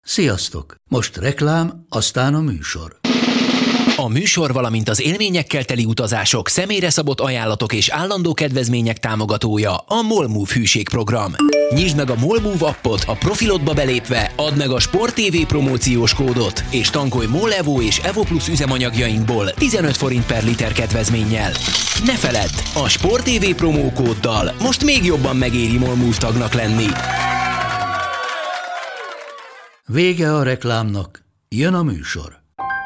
Sziasztok! Most reklám, aztán a műsor. A műsor, valamint az élményekkel teli utazások, személyre szabott ajánlatok és állandó kedvezmények támogatója a MOL Move hűségprogram. Nyisd meg a MOL Move appot, a profilodba belépve add meg a Sport TV promóciós kódot, és tankolj MOL Evo és Evo Plus üzemanyagjainkból 15 forint per liter kedvezménnyel. Ne feledd, a Sport TV promókóddal most még jobban megéri MOL Move tagnak lenni. Vége a reklámnak, jön a műsor.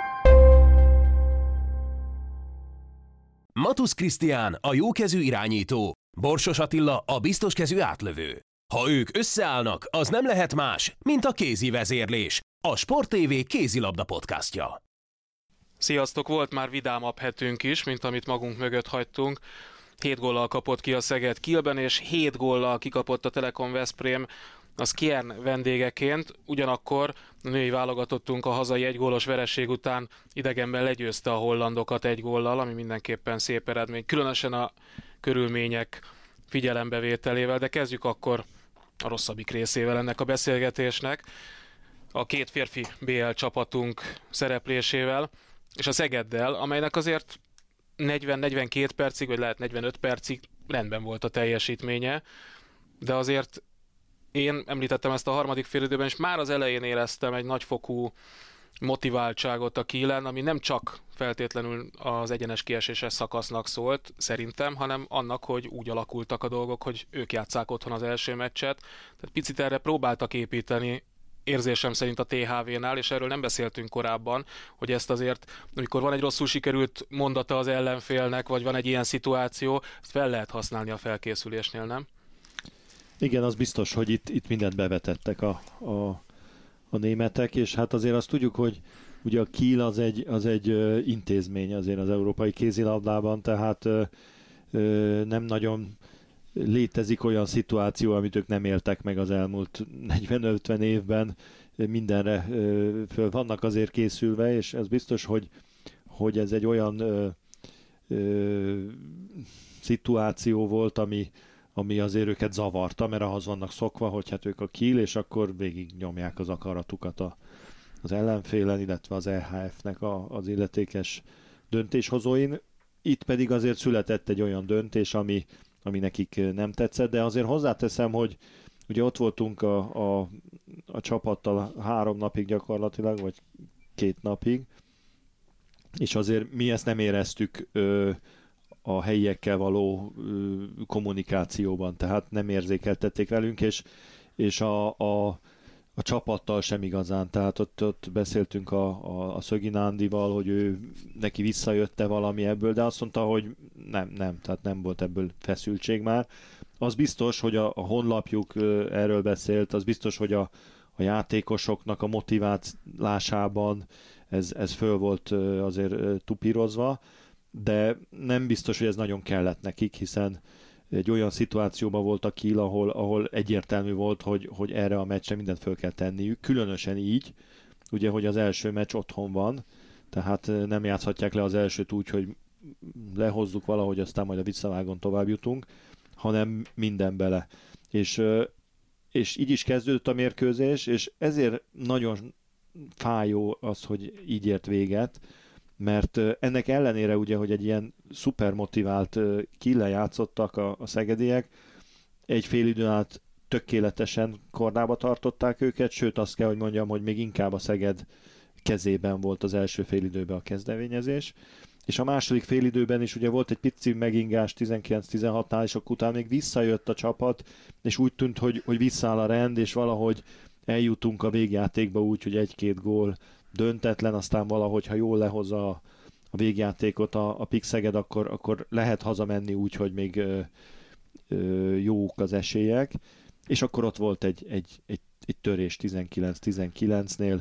Matusz Krisztián a jókezű irányító, Borsos Attila a biztoskezű átlövő. Ha ők összeállnak, az nem lehet más, mint a kézi vezérlés, a Sport TV kézilabda podcastja. Sziasztok, volt már vidámabb hetünk is, mint amit magunk mögött hagytunk. 7 góllal kapott ki a Szeged Kielben, és 7 góllal kikapott a Telekom Veszprém a Skjern vendégeként. Ugyanakkor a női válogatottunk a hazai 1 gólos vereség után idegenben legyőzte a hollandokat 1 góllal, ami mindenképpen szép eredmény, különösen a körülmények figyelembevételével, de kezdjük akkor a rosszabbik részével ennek a beszélgetésnek, a két férfi BL csapatunk szereplésével, és a Szegeddel, amelynek azért 40-42 percig, vagy lehet 45 percig rendben volt a teljesítménye, de azért én említettem ezt a harmadik félidőben, és már az elején éreztem egy nagyfokú motiváltságot a Kielen, ami nem csak feltétlenül az egyenes kieséses szakasznak szólt, szerintem, hanem annak, hogy úgy alakultak a dolgok, hogy ők játsszák otthon az első meccset. Tehát picit erre próbáltak építeni, érzésem szerint a THV-nál, és erről nem beszéltünk korábban, hogy ezt azért, amikor van egy rosszul sikerült mondata az ellenfélnek, vagy van egy ilyen szituáció, ezt fel lehet használni a felkészülésnél, nem? Igen, az biztos, hogy itt mindent bevetettek a németek, és hát azért azt tudjuk, hogy ugye a Kiel az egy intézmény azért az európai kézilabdában, tehát nem nagyon létezik olyan szituáció, amit ők nem éltek meg az elmúlt 40-50 évben, mindenre föl vannak azért készülve, és ez biztos, hogy ez egy olyan szituáció volt, ami azért őket zavarta, mert ahhoz vannak szokva, hogy hát ők a Kiel, és akkor végig nyomják az akaratukat az ellenfélen, illetve az EHF-nek az illetékes döntéshozóin. Itt pedig azért született egy olyan döntés, ami nekik nem tetszett, de azért hozzáteszem, hogy ugye ott voltunk a csapattal 3 napig gyakorlatilag, vagy 2 napig, és azért mi ezt nem éreztük a helyiekkel való kommunikációban, tehát nem érzékeltették velünk, és a csapattal sem igazán, tehát ott beszéltünk a Szögin Ándival, hogy neki visszajötte valami ebből, de azt mondta, hogy nem, tehát nem volt ebből feszültség már. Az biztos, hogy a honlapjuk erről beszélt, az biztos, hogy a játékosoknak a motiválásában ez föl volt azért tupírozva, de nem biztos, hogy ez nagyon kellett nekik, hiszen egy olyan szituációban volt a Kiel, ahol egyértelmű volt, hogy erre a meccsre mindent föl kell tenniük, különösen így, ugye, hogy az első meccs otthon van, tehát nem játszhatják le az elsőt úgy, hogy lehozzuk valahogy, aztán majd a visszavágon tovább jutunk, hanem minden bele. És így is kezdődött a mérkőzés, és ezért nagyon fájó az, hogy így ért véget, mert ennek ellenére ugye, hogy egy ilyen szuper motivált Kiel-lel játszottak a szegediek, egy fél időn át tökéletesen kordába tartották őket, sőt azt kell, hogy mondjam, hogy még inkább a Szeged kezében volt az első fél időben a kezdeményezés, és a második fél időben is ugye volt egy pici megingás 19-16-nál, és akkor utána még visszajött a csapat, és úgy tűnt, hogy visszaáll a rend, és valahogy eljutunk a végjátékba úgy, hogy 1-2 gól döntetlen, aztán valahogy, ha jól lehozza a végjátékot a PIK Szeged, akkor lehet hazamenni úgy, hogy még jók az esélyek, és akkor ott volt egy törés 19-19-nél,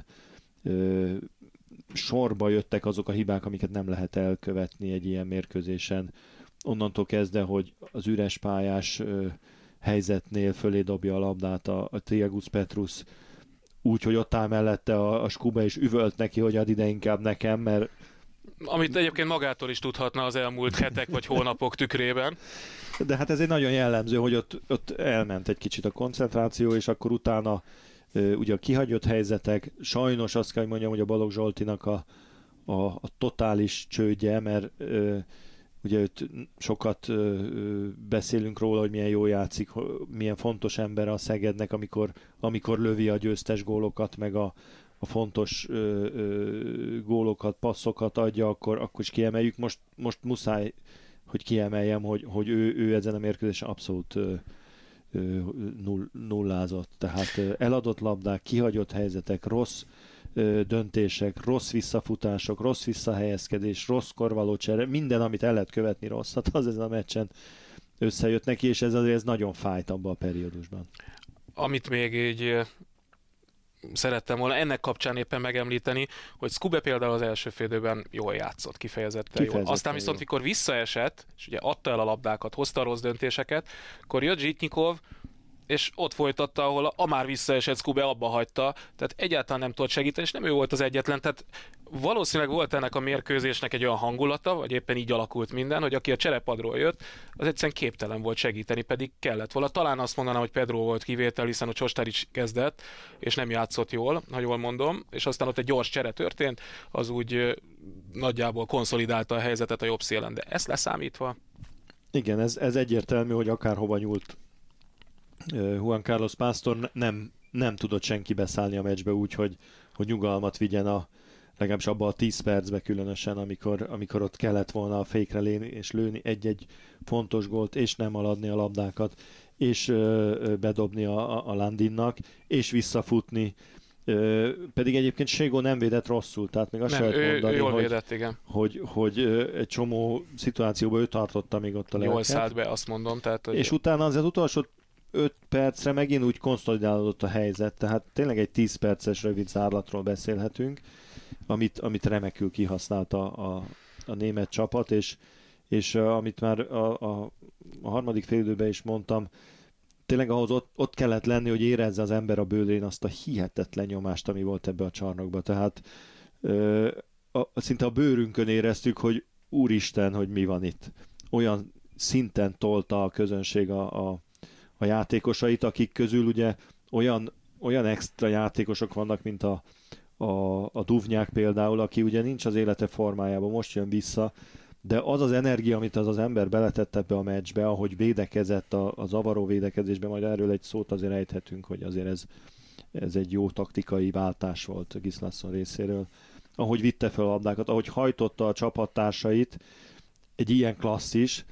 sorba jöttek azok a hibák, amiket nem lehet elkövetni egy ilyen mérkőzésen. Onnantól kezdve, hogy az üres pályás helyzetnél fölé dobja a labdát a Triagus Petrus, úgy, hogy ott áll mellette a Skuba, és üvölt neki, hogy add ide inkább nekem, mert... Amit egyébként magától is tudhatna az elmúlt hetek vagy hónapok tükrében. De hát ez egy nagyon jellemző, hogy ott elment egy kicsit a koncentráció, és akkor utána Ugye a kihagyott helyzetek, sajnos azt kell, hogy mondjam, hogy a Balogh Zsoltinak a totális csődje, mert ugye őt sokat beszélünk róla, hogy milyen jól játszik, milyen fontos ember a Szegednek, amikor lövi a győztes gólokat, meg a fontos gólokat, passzokat adja, akkor is kiemeljük. Most muszáj, hogy kiemeljem, hogy ő ezen a mérkőzésen abszolút nullázott. Tehát eladott labdák, kihagyott helyzetek, rossz döntések, rossz visszafutások, rossz visszahelyezkedés, rossz korvaló csere, minden, amit el lehet követni rosszat, az ezen a meccsen összejött neki, és ez nagyon fájt abban a periódusban. Amit még így szerettem volna ennek kapcsán éppen megemlíteni, hogy Skube például az első félidőben jól játszott, kifejezetten jól. Aztán viszont, mikor visszaesett, és ugye adta el a labdákat, hozta a rossz döntéseket, akkor jött Zsitnyikov, és ott folytatta, ahol a már visszaesett Skube abba hagyta, tehát egyáltalán nem tudott segíteni, és nem ő volt az egyetlen, tehát valószínűleg volt ennek a mérkőzésnek egy olyan hangulata, vagy éppen így alakult minden, hogy aki a cserepadról jött, az egyszerűen képtelen volt segíteni, pedig kellett volna. Talán azt mondanám, hogy Pedro volt kivétel, hiszen a Csostarics kezdett, és nem játszott jól, ha jól mondom, és aztán ott egy gyors csere történt, az úgy nagyjából konszolidálta a helyzetet a jobb szélen, de ezt leszámítva. Igen, ez egyértelmű, hogy akárhova nyúlt Juan Carlos Pásztor, nem tudott senki beszállni a meccsbe úgy, hogy nyugalmat vigyen legalábbis abban a 10 percben különösen, amikor ott kellett volna a fékre lépni és lőni egy-egy fontos gólt, és nem aladni a labdákat, és bedobni a Landinnak, és visszafutni. Pedig egyébként Ségó nem védett rosszul, tehát még azt sem lehet mondani, jól védett, igen. Hogy egy csomó szituációban ő tartotta még ott a lelket. Jól szállt be, azt mondom. Tehát, hogy... És utána az utolsó 5 percre megint úgy konszolidálódott a helyzet, tehát tényleg egy 10 perces rövid zárlatról beszélhetünk, amit remekül kihasználta a német csapat, és amit már a harmadik félidőben is mondtam, tényleg ahhoz ott kellett lenni, hogy érezze az ember a bőrén azt a hihetetlen nyomást, ami volt ebbe a csarnokba. Tehát szinte a bőrünkön éreztük, hogy úristen, hogy mi van itt. Olyan szinten tolta a közönség a játékosait, akik közül ugye olyan extra játékosok vannak, mint a Duvnyák például, aki ugye nincs az élete formájában, most jön vissza, de az energia, amit az ember beletett ebbe a meccsbe, ahogy védekezett a zavaró védekezésbe, majd erről egy szót azért ejthetünk, hogy azért ez egy jó taktikai váltás volt Gislason részéről. Ahogy vitte fel a labdákat, ahogy hajtotta a csapattársait, egy ilyen klasszis,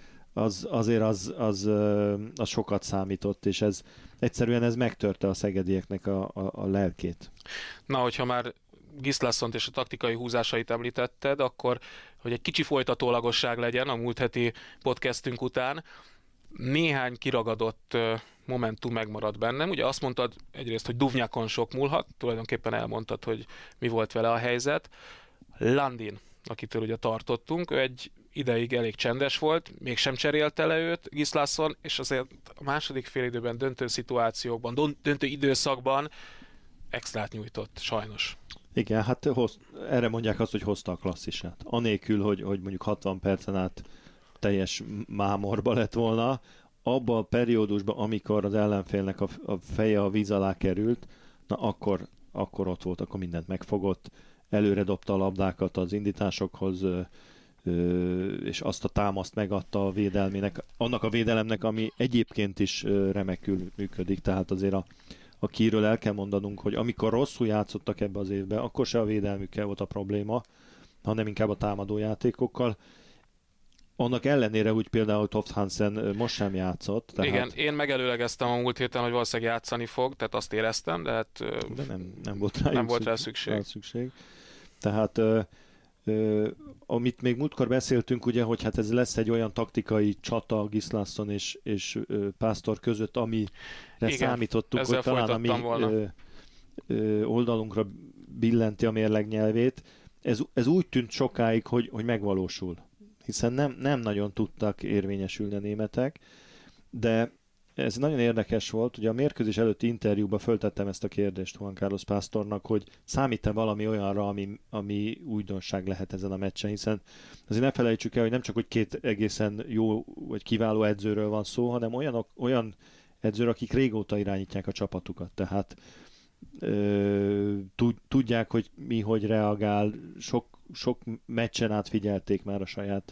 az sokat számított, és egyszerűen megtörte a szegedieknek a lelkét. Na, hogyha már Gislásont és a taktikai húzásait említetted, akkor, hogy egy kicsi folytatólagosság legyen a múlt heti podcastünk után, néhány kiragadott momentum megmaradt bennem. Ugye azt mondtad egyrészt, hogy Duvnyákon sok múlhat, tulajdonképpen elmondtad, hogy mi volt vele a helyzet. Landin, akitől ugye tartottunk, ő egy ideig elég csendes volt, mégsem cserélte le őt Gislason, és azért a második félidőben döntő szituációkban, döntő időszakban extrát nyújtott, sajnos. Igen, hát erre mondják azt, hogy hozta a klasszisát. Anélkül, hogy mondjuk 60 percen át teljes mámorba lett volna, abban a periódusban, amikor az ellenfélnek a feje a víz alá került, na akkor ott volt, akkor mindent megfogott, előre dobta a labdákat az indításokhoz, és azt a támaszt megadta a védelmének, annak a védelemnek, ami egyébként is remekül működik, tehát azért a Kielről el kell mondanunk, hogy amikor rosszul játszottak ebbe az évbe, akkor se a védelmükkel volt a probléma, hanem inkább a támadójátékokkal. Annak ellenére úgy például Toft Hansen most sem játszott. Tehát... Igen, én megelőlegeztem a múlt héten, hogy valószínűleg játszani fog, tehát azt éreztem, de hát de nem volt rá szükség. Tehát amit még múltkor beszéltünk, ugye, hogy hát ez lesz egy olyan taktikai csata Gislason és Pásztor között, amire számítottuk, hogy talán a mi oldalunkra billenti a mérleg nyelvét. Ez úgy tűnt sokáig, hogy megvalósul, hiszen nem nagyon tudtak érvényesülni a németek, de ez nagyon érdekes volt, ugye a mérkőzés előtti interjúban föltettem ezt a kérdést Juan Carlos Pásztornak, hogy számít-e valami olyanra, ami újdonság lehet ezen a meccsen, hiszen azért ne felejtsük el, hogy nem csak hogy két egészen jó vagy kiváló edzőről van szó, hanem olyan edzőr, akik régóta irányítják a csapatukat, tehát tudják, hogy mi hogy reagál, sok meccsen át figyelték már a saját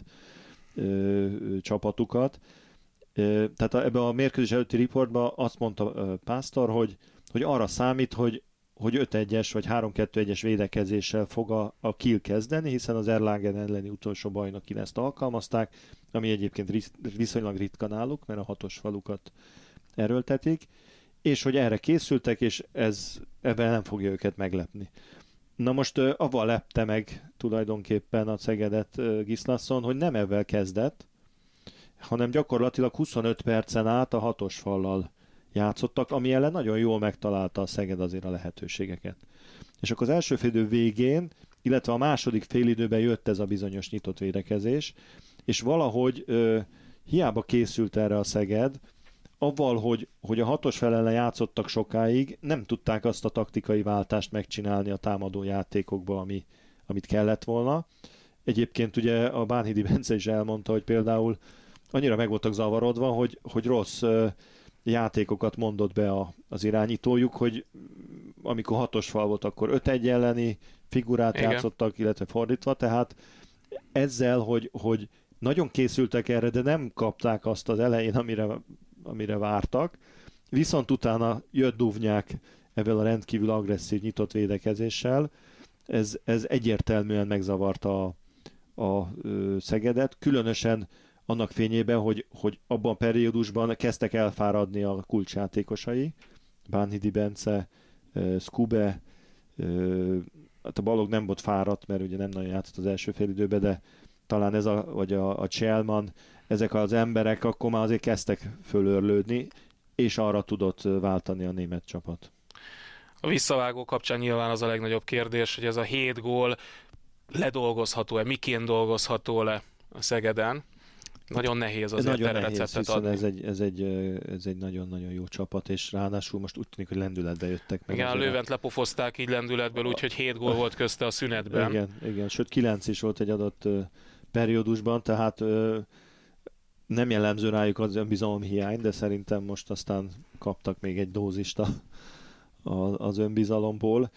csapatukat. Tehát ebben a mérkőzés előtti riportban azt mondta Pásztor, hogy arra számít, hogy 5-1-es vagy 3-2-1-es védekezéssel fog a Kiel kezdeni, hiszen az Erlangen elleni utolsó bajnokin ezt alkalmazták, ami egyébként viszonylag ritka náluk, mert a hatos falukat erőltetik, és hogy erre készültek, és ebben nem fogja őket meglepni. Na most avval lepte meg tulajdonképpen a Szegedet Gislason, hogy nem ebben kezdett, hanem gyakorlatilag 25 percen át a hatos fallal játszottak, ami ellen nagyon jól megtalálta a Szeged azért a lehetőségeket. És akkor az első félidő végén, illetve a második félidőben jött ez a bizonyos nyitott védekezés, és valahogy hiába készült erre a Szeged, avval, hogy a hatos fel ellen játszottak sokáig, nem tudták azt a taktikai váltást megcsinálni a támadó játékokba, amit kellett volna. Egyébként ugye a Bánhidi Bence is elmondta, hogy például annyira meg voltak zavarodva, hogy rossz játékokat mondott be az irányítójuk, hogy amikor hatos fal volt, akkor 5-1 elleni figurát igen. játszottak, illetve fordítva, tehát ezzel, hogy nagyon készültek erre, de nem kapták azt az elején, amire vártak, viszont utána jött Duvnyák ebben a rendkívül agresszív nyitott védekezéssel, ez egyértelműen megzavarta a Szegedet, különösen annak fényében, hogy abban a periódusban kezdtek elfáradni a kulcsjátékosai, Bánhidi Bence, Skube, a Balog nem volt fáradt, mert ugye nem nagyon játszott az első fél időben, de talán vagy a Cselman, ezek az emberek akkor már azért kezdtek fölörlődni, és arra tudott váltani a német csapat. A visszavágó kapcsán nyilván az a legnagyobb kérdés, hogy ez a 7 gól ledolgozható-e, miként dolgozható le a Szegeden. Nagyon nehéz azért erre receptet adni. Ez egy nagyon-nagyon jó csapat, és ráadásul most úgy tűnik, hogy lendületbe jöttek meg. Igen, a Lővent lepofozták így lendületből, úgyhogy 7 gól volt közte a szünetben. Igen, sőt 9 is volt egy adott periódusban, tehát nem jellemző rájuk az önbizalomhiány, de szerintem most aztán kaptak még egy dózist az önbizalomból.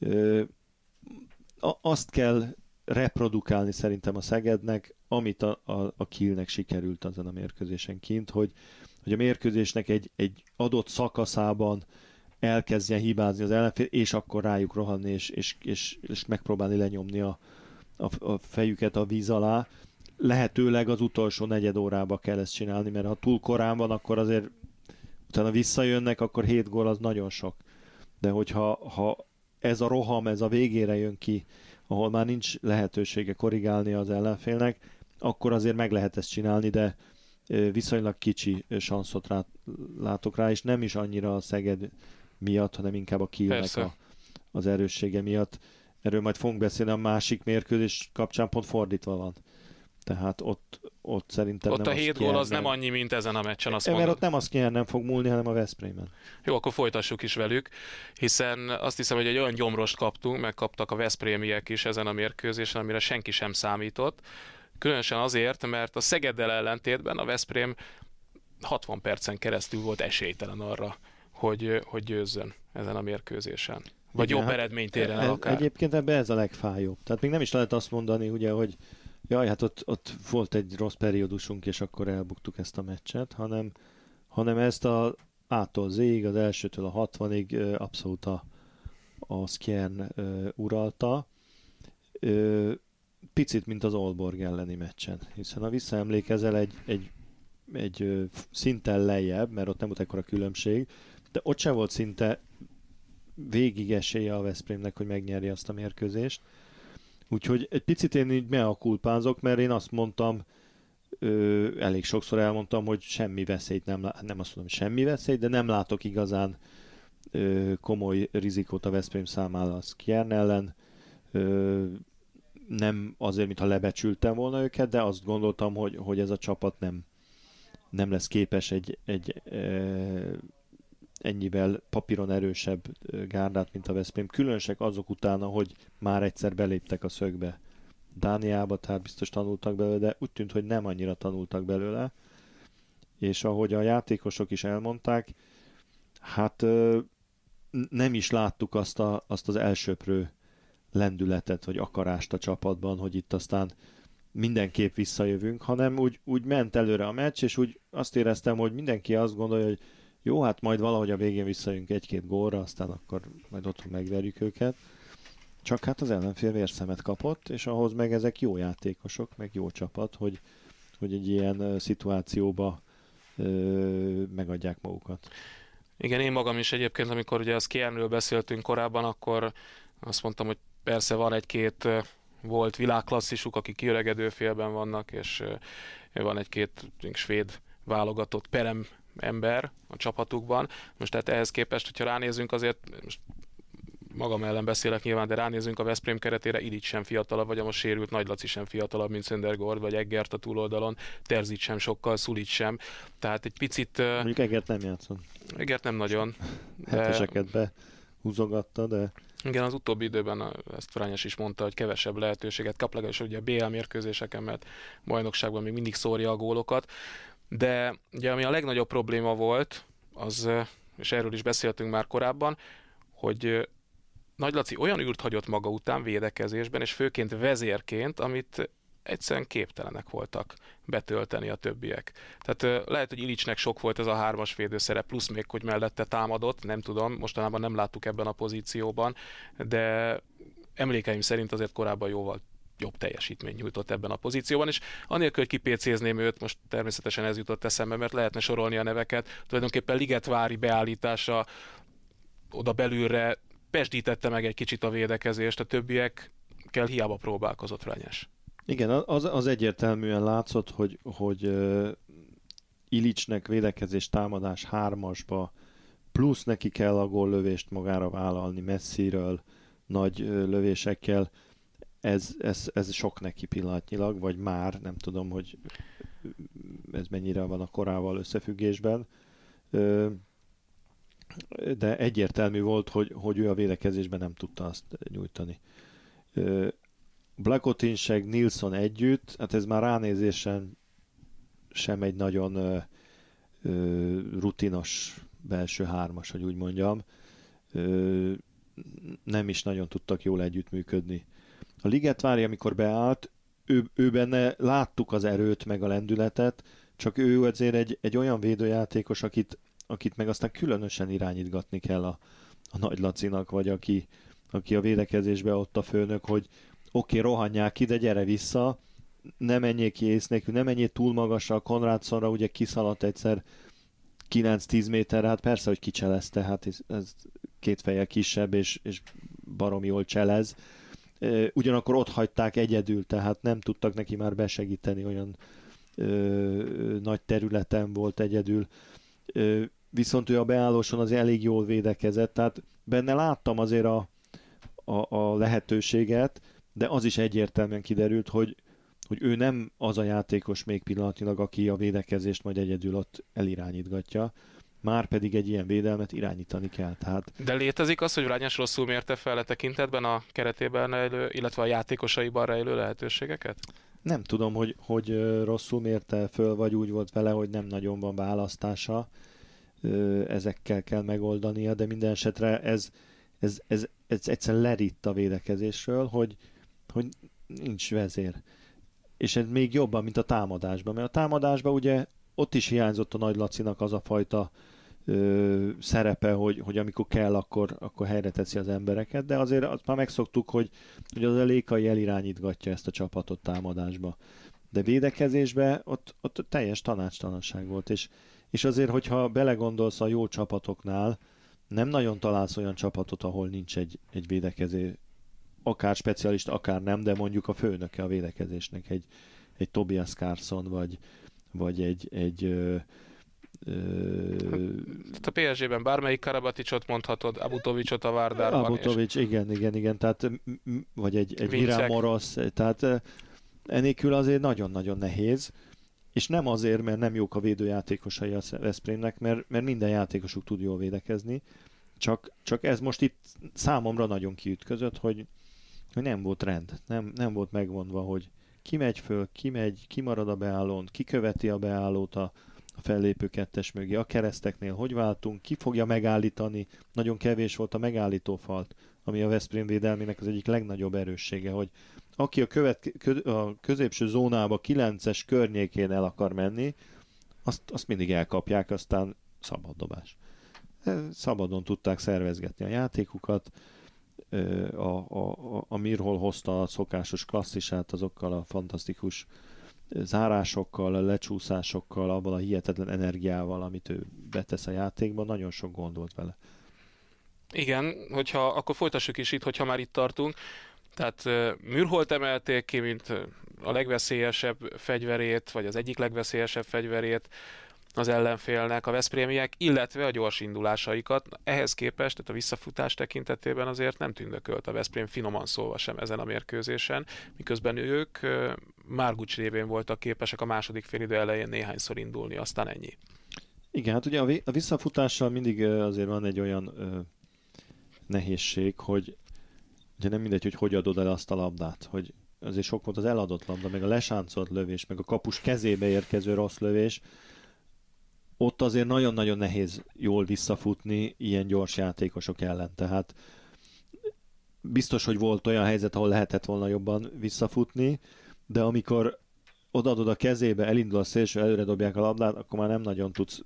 Azt kell reprodukálni szerintem a Szegednek, amit a Kielnek sikerült azon a mérkőzésen kint, hogy a mérkőzésnek egy adott szakaszában elkezdjen hibázni az ellenfél, és akkor rájuk rohanni, és megpróbálni lenyomni a fejüket a víz alá. Lehetőleg az utolsó negyed órába kell ezt csinálni, mert ha túl korán van, akkor azért utána visszajönnek, akkor 7 gól az nagyon sok. De hogyha ez a roham, ez a végére jön ki, ahol már nincs lehetősége korrigálni az ellenfélnek, akkor azért meg lehet ezt csinálni, de viszonylag kicsi sanszot látok rá, és nem is annyira a Szeged miatt, hanem inkább a Kielnek az erőssége miatt. Erről majd fogunk beszélni, a másik mérkőzés kapcsán pont fordítva van. Tehát ott szerintem ott nem a 7 gól az nem annyi, mint ezen a meccsen, azt mondod. Mert ott nem az nem fog múlni, hanem a Veszprémen. Jó, akkor folytassuk is velük, hiszen azt hiszem, hogy egy olyan gyomrost kaptunk, megkaptak a veszprémiek is ezen a mérkőzésen, amire senki sem számított. Különösen azért, mert a Szegeddel ellentétben a Veszprém 60 percen keresztül volt esélytelen arra, hogy győzzön ezen a mérkőzésen. Vagy igen, jobb eredményt érjen el akár. Egyébként ebben ez a legfájóbb. Tehát még nem is lehet azt mondani, ugye, hogy jaj, hát ott volt egy rossz periódusunk, és akkor elbuktuk ezt a meccset, hanem ezt A-tól Z-ig, az elsőtől a 60-ig abszolút a Skjern uralta. Picit, mint az Aalborg elleni meccsen, hiszen ha visszaemlékezel egy szinten lejjebb, mert ott nem volt ekkora különbség, de ott sem volt szinte végig esélye a Veszprémnek, hogy megnyerje azt a mérkőzést. Úgyhogy egy picit én így mea culpázok, mert én azt mondtam, elég sokszor elmondtam, hogy semmi veszélyt, nem azt mondom, semmi veszélyt, de nem látok igazán komoly rizikót a Veszprém számára a Skjern ellen. Nem azért, mintha lebecsültem volna őket, de azt gondoltam, hogy ez a csapat nem lesz képes egy ennyivel papíron erősebb gárdát, mint a Veszprém. Különösek azok utána, hogy már egyszer beléptek a szögbe Dániába, tehát biztos tanultak belőle, de úgy tűnt, hogy nem annyira tanultak belőle. És ahogy a játékosok is elmondták, hát nem is láttuk azt az elsöprő lendületet, vagy akarást a csapatban, hogy itt aztán mindenképp visszajövünk, hanem úgy ment előre a meccs, és úgy azt éreztem, hogy mindenki azt gondolja, hogy jó, hát majd valahogy a végén visszajövünk 1-2 gólra, aztán akkor majd otthon megverjük őket. Csak hát az ellenfél vérszemet kapott, és ahhoz meg ezek jó játékosok, meg jó csapat, hogy egy ilyen szituációba megadják magukat. Igen, én magam is egyébként, amikor ugye a Skjernről beszéltünk korábban, akkor azt mondtam, hogy persze van egy-két volt világklasszisuk, akik kiöregedő félben vannak, és van egy-két svéd válogatott perem ember a csapatukban. Most tehát ehhez képest, hogyha ránézünk, azért most magam ellen beszélek nyilván, de ránézünk a Veszprém keretére, Ilic sem fiatalabb, vagy a most sérült Nagy Laci sem fiatalabb, mint Söndergaard, vagy Eggert a túloldalon, Terzic sem sokkal, Szulic sem. Tehát egy picit... Mondjuk Eggert nem játszott. Eggert nem nagyon. Heteseket behúzogatta, de... Igen, az utóbbi időben ezt Franyes is mondta, hogy kevesebb lehetőséget kap, legalábbis ugye a BL mérkőzéseken, mert bajnokságban még mindig szórja a gólokat. De ugye ami a legnagyobb probléma volt, az, és erről is beszéltünk már korábban, hogy Nagy Laci olyan űrt hagyott maga után védekezésben, és főként vezérként, amit egyszerűen képtelenek voltak betölteni a többiek. Tehát lehet, hogy Ilicnek sok volt ez a 3-as védőszere, plusz még, hogy mellette támadott, nem tudom, mostanában nem láttuk ebben a pozícióban, de emlékeim szerint azért korábban jóval jobb teljesítmény nyújtott ebben a pozícióban, és anélkül, hogy kipécézném őt, most természetesen ez jutott eszembe, mert lehetne sorolni a neveket, tulajdonképpen Ligetvári beállítása oda belülre pesdítette meg egy kicsit a védekezést, a többiekkel hiába próbálkozott Franyes. Igen, az egyértelműen látszott, hogy Ilicnek védekezés támadás 3-asba, plusz neki kell a góllövést magára vállalni messziről, nagy lövésekkel, ez sok neki pillanatnyilag, vagy már, nem tudom, hogy ez mennyire van a korával összefüggésben, de egyértelmű volt, hogy ő a védekezésben nem tudta azt nyújtani. Blagotinšek, Nilsson együtt, hát ez már ránézésen sem egy nagyon rutinos belső 3-as, hogy úgy mondjam. Nem is nagyon tudtak jól együttműködni. A Ligetvári, amikor beállt, ő benne láttuk az erőt, meg a lendületet, csak ő azért egy olyan védőjátékos, akit meg aztán különösen irányítgatni kell a Nagy Lacinak, vagy aki a védekezésben ott a főnök, hogy oké, rohanják ide, gyere vissza, ne menjél ki ész nélkül, ne menjél túl magasra, a Konrádszonra ugye kiszaladt egyszer 9-10 méterre, hát persze, hogy kicselezte, hát ez 2 fejjel kisebb, és baromi jól cselez. Ugyanakkor ott hagyták egyedül, tehát nem tudtak neki már besegíteni, olyan nagy területen volt egyedül. Viszont ő a beállóson az elég jól védekezett, tehát benne láttam azért a lehetőséget, de az is egyértelműen kiderült, hogy ő nem az a játékos még pillanatnyilag, aki a védekezést majd egyedül ott elirányítgatja, már pedig egy ilyen védelmet irányítani kell. Tehát... De létezik az, hogy Vrányás rosszul mérte fel a tekintetben a keretében rejlő, illetve a játékosaiban rejlő lehetőségeket? Nem tudom, hogy rosszul mérte föl, vagy úgy volt vele, hogy nem nagyon van választása. Ezekkel kell megoldania, de minden esetre ez egyszerűen leritt a védekezésről, hogy nincs vezér. És ez még jobban, mint a támadásban. Mert a támadásban ugye ott is hiányzott a Nagy Lacinak az a fajta szerepe, hogy amikor kell, akkor helyre teszi az embereket, de azért azt már megszoktuk, hogy az a Lékai elirányítgatja ezt a csapatot támadásba. De védekezésben ott teljes tanácstalanság volt, és azért, hogyha belegondolsz a jó csapatoknál, nem nagyon találsz olyan csapatot, ahol nincs egy védekező, akár specialista, akár nem, de mondjuk a főnöke a védekezésnek, egy Tobias Carlson, vagy egy Tehát a PSG-ben bármelyik Karabaticsot mondhatod, Abutovicsot a Várdárban. Abutovics, igen, tehát vagy egy Virán Morosz, tehát enélkül azért nagyon-nagyon nehéz, és nem azért, mert nem jók a védőjátékosai a Veszprémnek, mert minden játékosuk tud jól védekezni, csak ez most itt számomra nagyon kiütközött, hogy nem volt rend, nem volt megmondva, hogy ki megy föl, ki marad a beállón, ki követi a beállót a a fellépő kettes mögé. A kereszteknél hogy váltunk, ki fogja megállítani, nagyon kevés volt a megállító falt, ami a Veszprém védelmének az egyik legnagyobb erőssége, hogy aki a középső zónába 9-es környékén el akar menni, azt mindig elkapják, aztán szabad dobás. Szabadon tudták szervezgetni a játékukat, a Mirhol hozta a szokásos klasszisát azokkal a fantasztikus zárásokkal, a lecsúszásokkal, abban a hihetetlen energiával, amit ő betesz a játékban, nagyon sok gond volt vele. Igen, akkor folytassuk is itt, hogyha már itt tartunk. Tehát Mürholt emelték ki, mint a legveszélyesebb fegyverét, vagy az egyik legveszélyesebb fegyverét az ellenfélnek a veszprémiek, illetve a gyors indulásaikat. Ehhez képest, tehát a visszafutás tekintetében azért nem tündökölt a Veszprém finoman szólva sem ezen a mérkőzésen, miközben ők Márgucs révén voltak képesek a második félidő elején néhányszor indulni, aztán ennyi. Igen, hát ugye a visszafutással mindig azért van egy olyan nehézség, hogy ugye nem mindegy, hogy adod el azt a labdát, hogy azért sok volt az eladott labda, meg a lesáncolt lövés, meg a kapus kezébe érkező rossz lövés. Ott azért nagyon-nagyon nehéz jól visszafutni ilyen gyors játékosok ellen. Tehát biztos, hogy volt olyan helyzet, ahol lehetett volna jobban visszafutni, de amikor odaadod a kezébe, elindul a szélső, előre dobják a labdát, akkor már nem nagyon tudsz,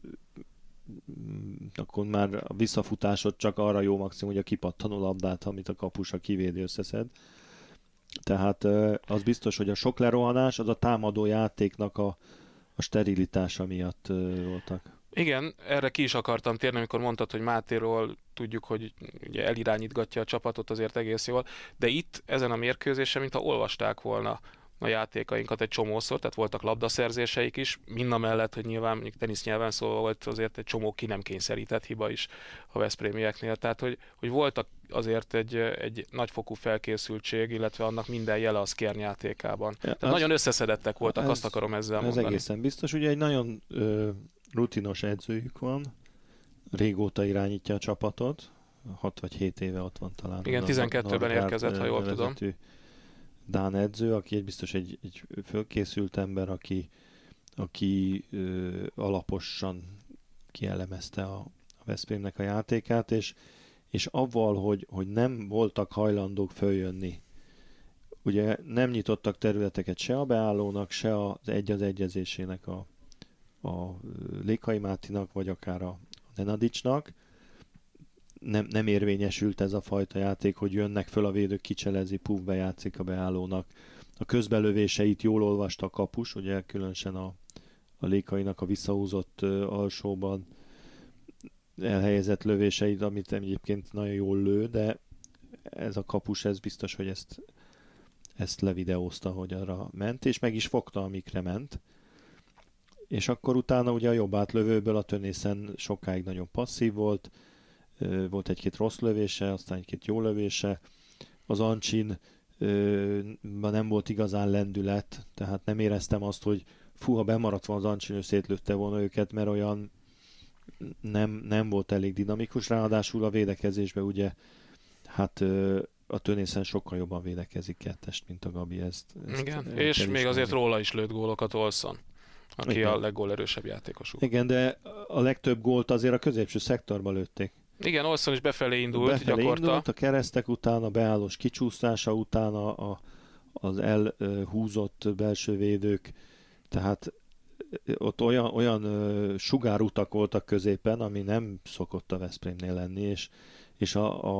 akkor már a visszafutásod csak arra jó maximum, hogy a kipattanó labdát, amit a kapus a kivédi összeszed. Tehát az biztos, hogy a sok lerohanás, az a támadó játéknak a sterilitása miatt voltak. Igen, erre ki is akartam térni, amikor mondtad, hogy Mátéról tudjuk, hogy ugye elirányítgatja a csapatot azért egész jól, de itt ezen a mérkőzésen, mintha olvasták volna a játékainkat egy csomószor, tehát voltak labdaszerzéseik is, mindamellett, hogy nyilván mondjuk tenisznyelven szólva volt azért egy csomó ki nem kényszerített hiba is a veszprémieknél, tehát hogy voltak azért egy nagyfokú felkészültség, illetve annak minden jele a Szkern játékában. Tehát nagyon összeszedettek voltak, azt akarom ezzel mondani. Ez egészen biztos, ugye egy nagyon rutinos edzőjük van, régóta irányítja a csapatot, 6 vagy 7 éve ott van talán. Igen, 12-ben érkezett, ha jól tudom. Dán edző, aki biztos egy fölkészült ember, aki alaposan kielemezte a Veszprémnek a játékát, és avval, hogy nem voltak hajlandók följönni. Ugye nem nyitottak területeket se a beállónak, se az egyezésének a Lékai Mátinak, vagy akár a Nenadicsnak. Nem érvényesült ez a fajta játék, hogy jönnek föl a védők, kicselezi, puffbe játszik a beállónak. A közbelövéseit jól olvasta a kapus, ugye különösen a Lékainak a visszahúzott alsóban elhelyezett lövéseit, amit egyébként nagyon jól lő, de ez a kapus, ez biztos, hogy ezt levideózta, hogy arra ment, és meg is fogta, amikre ment. És akkor utána ugye a jobb átlövőből a Tönészen sokáig nagyon passzív volt, volt egy-két rossz lövése, aztán egy-két jó lövése. Az Ancsin nem volt igazán lendület, tehát nem éreztem azt, hogy ha bemaradt volna az Ancsin, ő szétlőtte volna őket, mert olyan nem volt elég dinamikus, ráadásul a védekezésben ugye hát a Tönészen sokkal jobban védekezik kettest, mint a Gabi. Ezt igen, és még azért róla is lőtt gólokat Olson, aki igen, a leggólerősebb játékosuk. Igen, de a legtöbb gólt azért a középső szektorba lőtték. Igen, Olson is befelé indult gyakorta. A keresztek után, a beállós kicsúsztása után, az elhúzott belső védők, tehát ott olyan sugárutak voltak középen, ami nem szokott a Veszprémnél lenni, és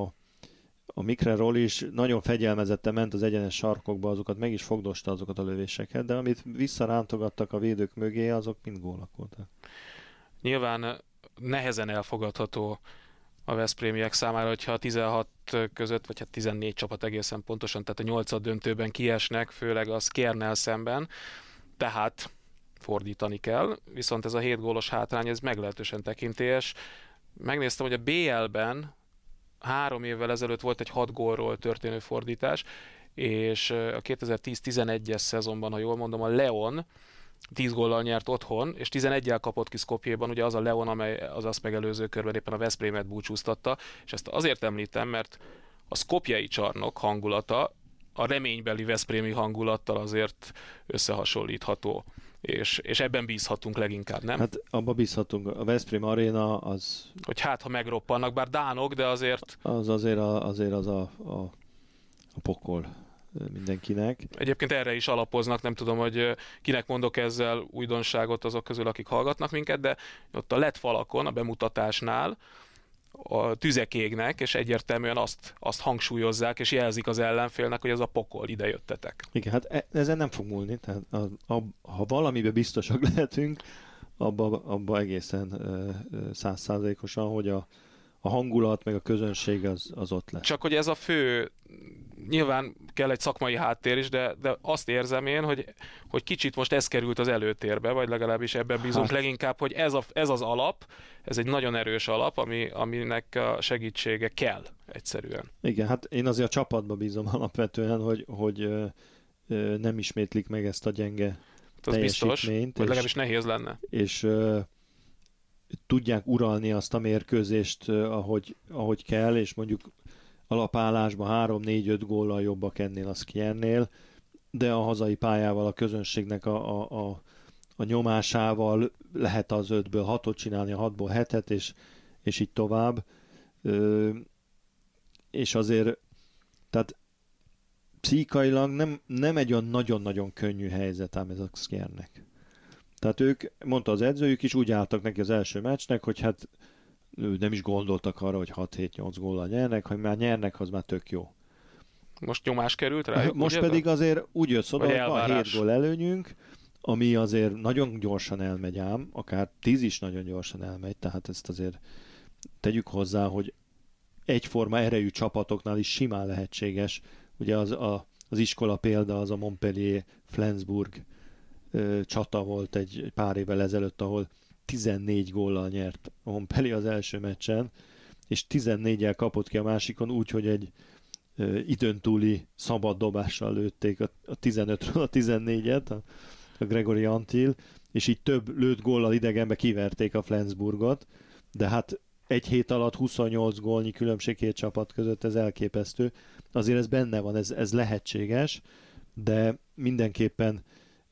a Mikreról is nagyon fegyelmezetten ment az egyenes sarkokba, azokat meg is fogdosta azokat a lövéseket, de amit visszarántogattak a védők mögé, azok mind gólak voltak. Nyilván nehezen elfogadható a veszprémiek számára, hogyha a 16 között, vagy hát 14 csapat egészen pontosan, tehát a 8. döntőben kiesnek, főleg a Szkernnel szemben, tehát fordítani kell, viszont ez a 7 gólos hátrány, ez meglehetősen tekintélyes. Megnéztem, hogy a BL-ben 3 évvel ezelőtt volt egy 6 gólról történő fordítás, és a 2010-11-es szezonban, ha jól mondom, a Leon 10 góllal nyert otthon, és 11-jel kapott ki Skopjéban, ugye az a Leon, amely az azt megelőző körben éppen a Veszprémet búcsúztatta, és ezt azért említem, mert a szkopjei csarnok hangulata a reménybeli veszprémi hangulattal azért összehasonlítható. és ebben bízhatunk leginkább, nem? Hát abba bízhatunk. A Veszprém Aréna az... Hogy hát, ha megroppannak, bár dánok, de azért... Azért az a pokol mindenkinek. Egyébként erre is alapoznak, nem tudom, hogy kinek mondok ezzel újdonságot azok közül, akik hallgatnak minket, de ott a LED falakon, a bemutatásnál a tüzek égnek, és egyértelműen azt hangsúlyozzák, és jelzik az ellenfélnek, hogy ez a pokol, ide jöttetek. Igen, hát ezen nem fog múlni. Tehát ha valamiben biztosak lehetünk, abba egészen 100%-osan, hogy a hangulat, meg a közönség az ott lesz. Csak hogy ez a fő, nyilván kell egy szakmai háttér is, de azt érzem én, hogy kicsit most ez került az előtérbe, vagy legalábbis ebben bízunk leginkább, hogy ez az alap, ez egy nagyon erős alap, aminek a segítsége kell egyszerűen. Igen, hát én azért a csapatba bízom alapvetően, hogy nem ismétlik meg ezt a gyenge az biztos, hogy legalábbis nehéz lenne. És tudják uralni azt a mérkőzést, ahogy kell, és mondjuk alapállásban 3-4-5 góllal jobbak ennél a Skiernél, de a hazai pályával, a közönségnek a nyomásával lehet az 5-ből 6-ot csinálni, a 6-ból 7-et, és így tovább. És azért, tehát pszichikailag nem egy olyan nagyon-nagyon könnyű helyzet ám ez a Skiernek. Tehát ők, mondta az edzőjük is, úgy álltak neki az első meccsnek, hogy hát nem is gondoltak arra, hogy 6-7-8 góllal nyernek, ha már nyernek, az már tök jó. Most nyomás került rájuk? Most pedig azért úgy jössz oda, hogy van 7 gól előnyünk, ami azért nagyon gyorsan elmegy ám, akár 10 is nagyon gyorsan elmegy, tehát ezt azért tegyük hozzá, hogy egyforma erejű csapatoknál is simán lehetséges. Ugye az iskola példa az a Montpellier-Flensburg csata volt egy pár évvel ezelőtt, ahol 14 góllal nyert a Montpellier az első meccsen, és 14-jel kapott ki a másikon úgy, hogy egy időn túli szabad dobással lőtték a 15-ről a 14-et, a Gregory Antil, és így több lőtt góllal idegenbe kiverték a Flensburgot, de hát egy hét alatt 28 gólnyi különbség két csapat között, ez elképesztő. Azért ez benne van, ez lehetséges, de mindenképpen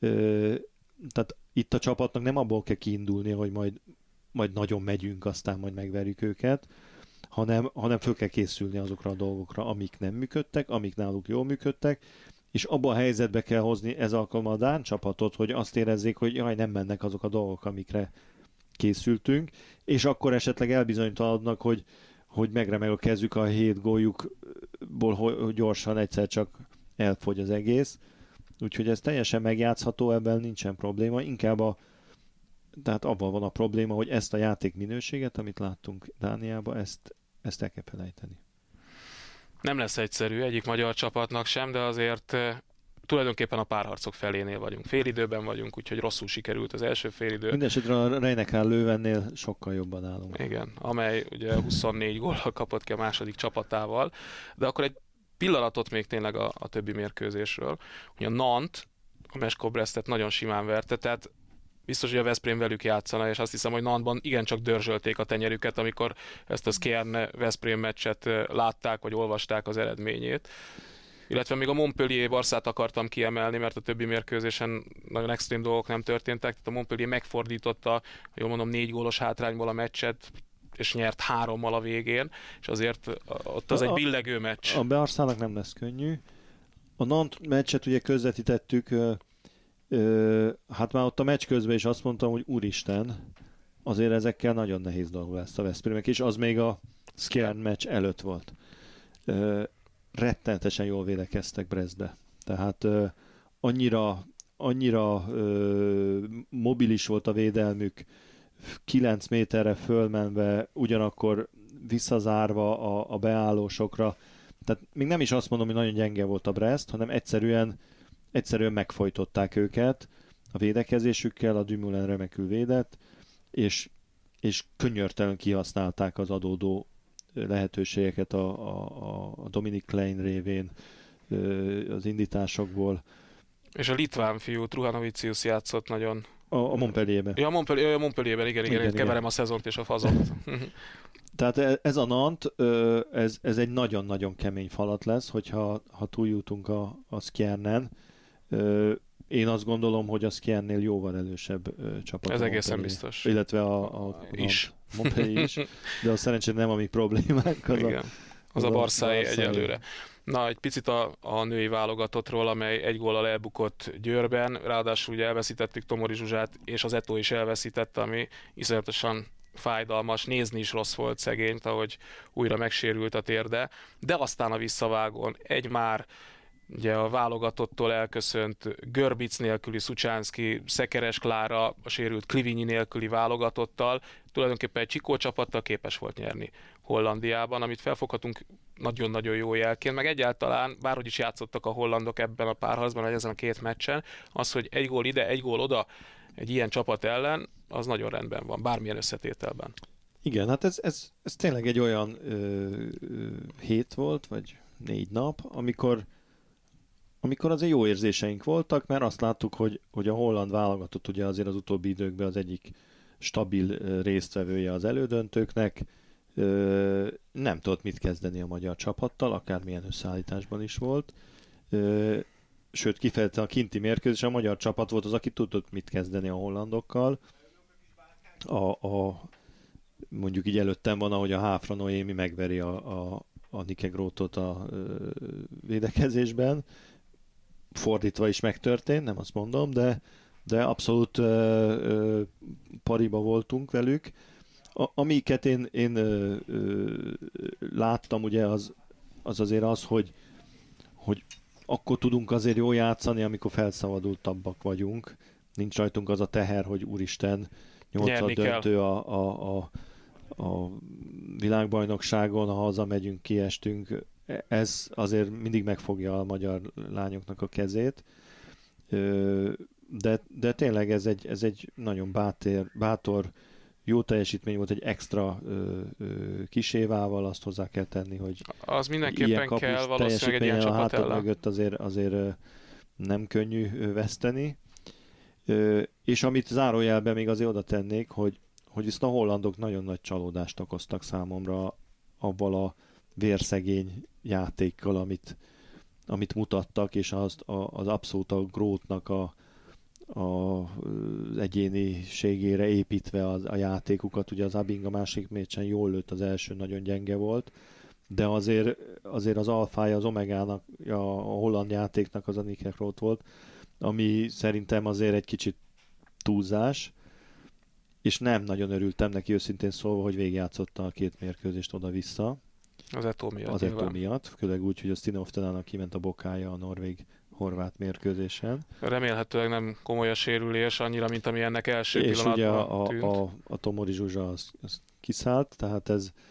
tehát itt a csapatnak nem abból kell kiindulni, hogy majd nagyon megyünk, aztán majd megverjük őket, hanem föl kell készülni azokra a dolgokra, amik nem működtek, amik náluk jól működtek, és abba a helyzetbe kell hozni ez alkalommal a dán csapatot, hogy azt érezzék, hogy jaj, nem mennek azok a dolgok, amikre készültünk, és akkor esetleg elbizonytalanodnak, hogy megremeg a kezük a 7 góljukból, hogy gyorsan egyszer csak elfogy az egész. Úgyhogy ez teljesen megjátszható, ebben nincsen probléma, inkább tehát abban van a probléma, hogy ezt a játék minőséget, amit láttunk Dániában, ezt el kell felejteni. Nem lesz egyszerű egyik magyar csapatnak sem, de azért tulajdonképpen a párharcok felénél vagyunk. Félidőben vagyunk, úgyhogy rosszul sikerült az első félidő. Mindenesetre a Rhein-Neckar Löwennél sokkal jobban állunk. Igen, amely ugye 24 góllal kapott ki a második csapatával, de akkor egy pillanatot még tényleg a többi mérkőzésről. Ugye a Nantes, a Meskov Brestet nagyon simán verte, tehát biztos, hogy a Veszprém velük játszana, és azt hiszem, hogy Nantesban igencsak dörzsölték a tenyerüket, amikor ezt a Skjern-Veszprém meccset látták, vagy olvasták az eredményét. Illetve még a Montpellier-Barszát akartam kiemelni, mert a többi mérkőzésen nagyon extrém dolgok nem történtek, tehát a Montpellier megfordította, jól mondom, 4 gólos hátrányból a meccset, és nyert 3-mal a végén, és azért ott az egy billegő meccs. A Barszának nem lesz könnyű. A Nantes meccset ugye közvetítettük, hát már ott a meccs közben is azt mondtam, hogy úristen, azért ezekkel nagyon nehéz dolgok lesz a Veszprémnek, és az még a Skjern meccs előtt volt. Rettenetesen jól védekeztek Brestbe. Tehát annyira mobilis volt a védelmük, 9 méterre fölmenve, ugyanakkor visszazárva a beállósokra. Tehát még nem is azt mondom, hogy nagyon gyenge volt a Brest, hanem egyszerűen megfojtották őket a védekezésükkel, a Dumoulin remekül védett, és könnyörtelenül kihasználták az adódó lehetőségeket a Dominic Klein révén az indításokból. És a litván fiú, Truhanovicius játszott nagyon... A Montpellierben. Ja, Montpellierben, igen, keverem a szezont és a fazont. Tehát ez a Nantes, ez egy nagyon-nagyon kemény falat lesz, hogyha túljutunk a Skjernen. én azt gondolom, hogy az Kiennél jóval erősebb csapat. Ez egészen biztos. Illetve a is. Montpellier is, de az szerencsére nem a mi problémánk. Az a Barszáé egyelőre. Na, egy picit a női válogatottról, amely egy góllal elbukott Győrben, ráadásul ugye elveszítettük Tomori Zsuzsát, és az Eto'o is elveszítette, ami iszonyatosan fájdalmas, nézni is rossz volt szegényt, ahogy újra megsérült a térde, de aztán a visszavágón egy már ugye a válogatottól elköszönt Görbic nélküli Szucsánszki, Szekeres Klára, a sérült Klivinyi nélküli válogatottal, tulajdonképpen egy Csikó csapattal képes volt nyerni Hollandiában, amit felfoghatunk nagyon-nagyon jó jelként, meg egyáltalán, bárhogy is játszottak a hollandok ebben a párharcban, vagy ezen a két meccsen, az, hogy egy gól ide, egy gól oda, egy ilyen csapat ellen, az nagyon rendben van, bármilyen összetételben. Igen, hát ez tényleg egy olyan hét volt, vagy 4 nap, amikor azért jó érzéseink voltak, mert azt láttuk, hogy a holland válogatott ugye azért az utóbbi időkben az egyik stabil résztvevője az elődöntőknek, nem tudott mit kezdeni a magyar csapattal, akármilyen összeállításban is volt. Sőt, kifejezetten a kinti mérkőzés, a magyar csapat volt az, aki tudott mit kezdeni a hollandokkal. Mondjuk így előttem van, ahogy a Háfra Noémi megveri a Nike Grothot a védekezésben. Fordítva is megtörtént, nem azt mondom, de abszolút pariba voltunk velük. Amiket én láttam, ugye az azért az, hogy akkor tudunk azért jól játszani, amikor felszabadultabbak vagyunk. Nincs rajtunk az a teher, hogy úristen, 8 döntő a világbajnokságon, ha hazamegyünk, kiestünk. Ez azért mindig megfogja a magyar lányoknak a kezét. De tényleg ez egy nagyon bátor, jó teljesítmény volt, egy extra kisévával, azt hozzá kell tenni, hogy az mindenképpen kell valószínűleg egy ilyen csapat ellen. Mögött azért nem könnyű veszteni. És amit zárójelben még azért oda tennék, hogy viszont a hollandok nagyon nagy csalódást okoztak számomra abban a vérszegény játékkal, amit mutattak, és az abszolút a Grothnak az egyéniségére építve a játékukat. Ugye az Abing a másik meccsen jól lőtt, az első nagyon gyenge volt, de azért az alfája, az omegának, a holland játéknak az a Nike Groth volt, ami szerintem azért egy kicsit túlzás, és nem nagyon örültem neki őszintén szólva, hogy végigjátszotta a 2 mérkőzést oda-vissza. Az Eto'o miatt. Az Eto'o miatt, főleg úgy, hogy a Stinoftenának kiment a bokája a norvég-horvát mérkőzésen. Remélhetőleg nem komoly a sérülés, annyira, mint ami ennek első és pillanatban ugye a Tomori Zsuzsa az kiszállt, tehát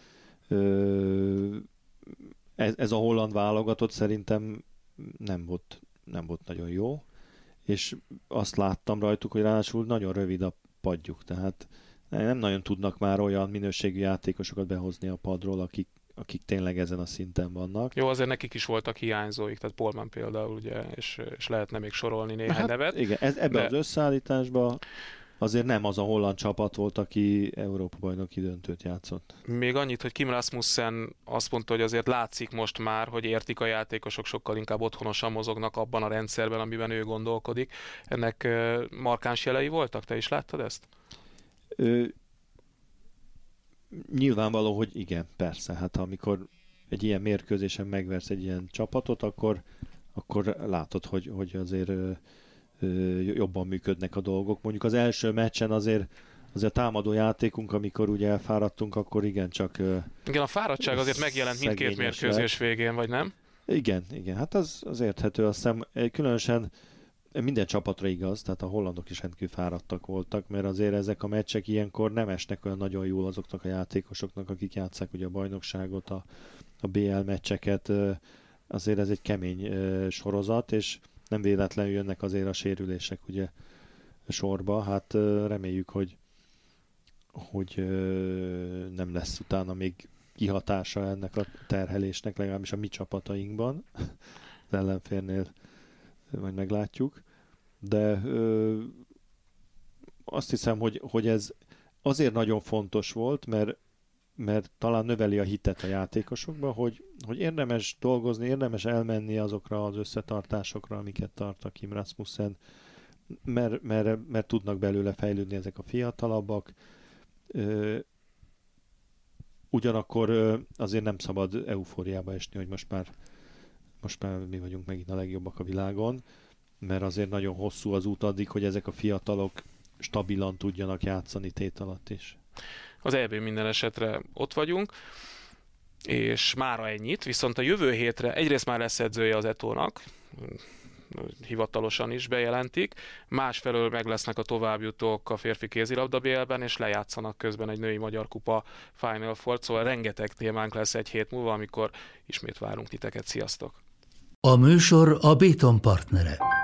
ez a holland válogatott szerintem nem volt nagyon jó, és azt láttam rajtuk, hogy ráadásul nagyon rövid a padjuk, tehát nem nagyon tudnak már olyan minőségű játékosokat behozni a padról, akik tényleg ezen a szinten vannak. Jó, azért nekik is voltak hiányzóik, tehát Polman például, ugye, és lehetne még sorolni néhány nevet. Igen, ebben az összeállításban azért nem az a holland csapat volt, aki Európa-bajnoki döntőt játszott. Még annyit, hogy Kim Rasmussen azt mondta, hogy azért látszik most már, hogy értik a játékosok, sokkal inkább otthonosan mozognak abban a rendszerben, amiben ő gondolkodik. Ennek markáns jelei voltak? Te is láttad ezt? Nyilvánvaló, hogy igen, persze. Hát amikor egy ilyen mérkőzésen megversz egy ilyen csapatot, akkor látod, hogy azért jobban működnek a dolgok. Mondjuk az első meccsen azért a támadó játékunk, amikor ugye elfáradtunk, akkor igencsak igen, a fáradtság azért megjelent mindkét mérkőzés végén, vagy nem? Igen, hát az érthető. Azt hiszem, különösen minden csapatra igaz, tehát a hollandok is rendkívül fáradtak voltak, mert azért ezek a meccsek ilyenkor nem esnek olyan nagyon jól azoknak a játékosoknak, akik játsszák ugye a bajnokságot, a BL meccseket. Azért ez egy kemény sorozat, és nem véletlenül jönnek azért a sérülések ugye sorba. Hát reméljük, hogy nem lesz utána még kihatása ennek a terhelésnek, legalábbis a mi csapatainkban. Az ellenfélnél majd meglátjuk. De azt hiszem, hogy ez azért nagyon fontos volt, mert talán növeli a hitet a játékosokba, hogy érdemes dolgozni, érdemes elmenni azokra az összetartásokra, amiket tart a Kim Rasmussen, mert tudnak belőle fejlődni ezek a fiatalabbak. Ugyanakkor azért nem szabad eufóriába esni, hogy most már mi vagyunk megint a legjobbak a világon, mert azért nagyon hosszú az út addig, hogy ezek a fiatalok stabilan tudjanak játszani tét alatt is. Az EB minden esetre ott vagyunk, és mára ennyit, viszont a jövő hétre egyrészt már lesz edzője az Etónak, hivatalosan is bejelentik, másfelől meg lesznek a továbbjutók a férfi kézilabda BL-ben, és lejátszanak közben egy női magyar kupa Final Four, szóval rengeteg témánk lesz egy hét múlva, amikor ismét várunk titeket. Sziasztok! A műsor a Béton partnere.